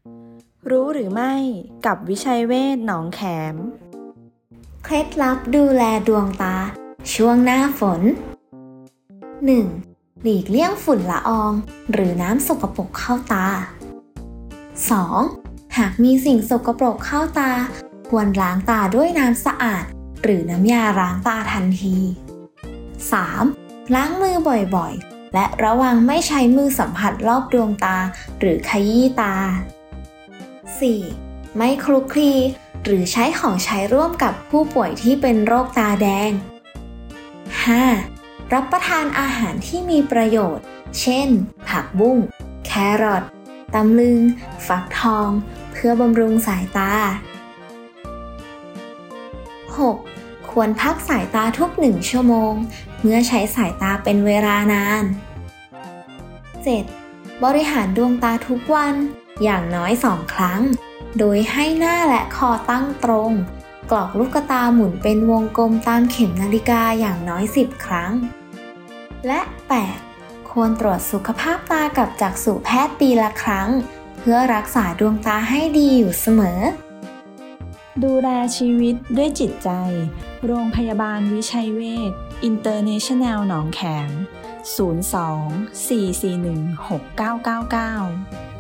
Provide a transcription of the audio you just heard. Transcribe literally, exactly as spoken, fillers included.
รู้หรือไม่กับวิชัยเวชหนองแขมเคล็ดลับดูแลดวงตาช่วงหน้าฝน หนึ่ง. หลีกเลี่ยงฝุ่นละอองหรือน้ำสกปรกเข้าตา สอง. หากมีสิ่งสกปรกเข้าตาควรล้างตาด้วยน้ำสะอาดหรือน้ำยาล้างตาทันที สาม. ล้างมือบ่อยๆและระวังไม่ใช้มือสัมผัสรอบดวงตาหรือขยี้ตา สี่. ไม่คลุกคลีหรือใช้ของใช้ร่วมกับผู้ป่วยที่เป็นโรคตาแดง ห้า. รับประทานอาหารที่มีประโยชน์เช่นผักบุ้งแครอทตำลึงฟักทองเพื่อบำรุงสายตา หก. ควรพักสายตาทุกหนึ่งชั่วโมงเมื่อใช้สายตาเป็นเวลานาน เจ็ด. บริหารดวงตาทุกวันอย่างน้อยสองครั้งโดยให้หน้าและคอตั้งตรงกรอกลูกตาหมุนเป็นวงกลมตามเข็มนาฬิกาอย่างน้อยสิบครั้งและ แปด. ควรตรวจสุขภาพตากับจักษุแพทย์ปีละครั้งเพื่อรักษาดวงตาให้ดีอยู่เสมอดูแลชีวิตด้วยจิตใจโรงพยาบาลวิชัยเวชอินเตอร์เนชั่นแนลหนองแขมศูนย์ สอง สี่ สี่ หนึ่ง หก เก้า เก้า เก้า